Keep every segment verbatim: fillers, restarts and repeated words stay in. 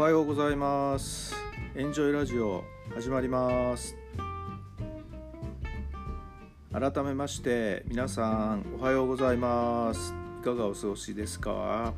はようございます。エンジョイラジオ始まります。改めまして皆さんおはようございます。いかがお過ごしですか？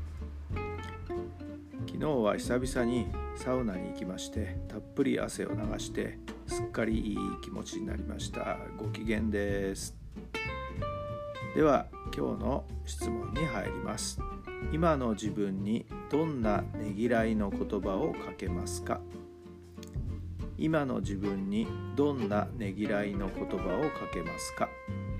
昨日は久々にサウナに行きまして、たっぷり汗を流してすっかりいい気持ちになりました。ご機嫌です。では今日の質問に入ります。今の自分にどんなねぎらいの言葉をかけますか？今の自分にどんなねぎらいの言葉をかけますか？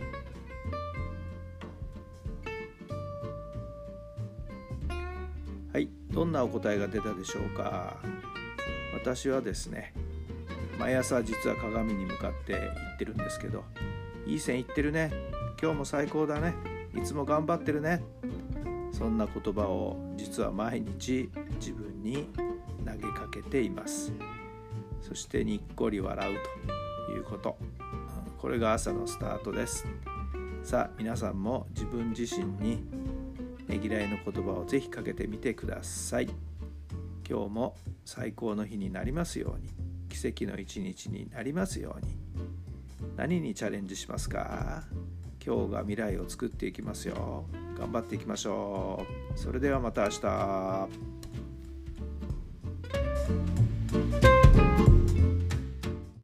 はい、どんなお答えが出たでしょうか？私はですね、毎朝実は鏡に向かって言ってるんですけど、いい線いってるね、今日も最高だね、いつも頑張ってるね、そんな言葉を実は毎日自分に投げかけています。そしてにっこり笑うということ、これが朝のスタートです。さあ皆さんも自分自身にねぎらいの言葉をぜひかけてみてください。今日も最高の日になりますように、奇跡の一日になりますように。何にチャレンジしますか？今日が未来を作っていきますよ。頑張っていきましょう。それではまた明日。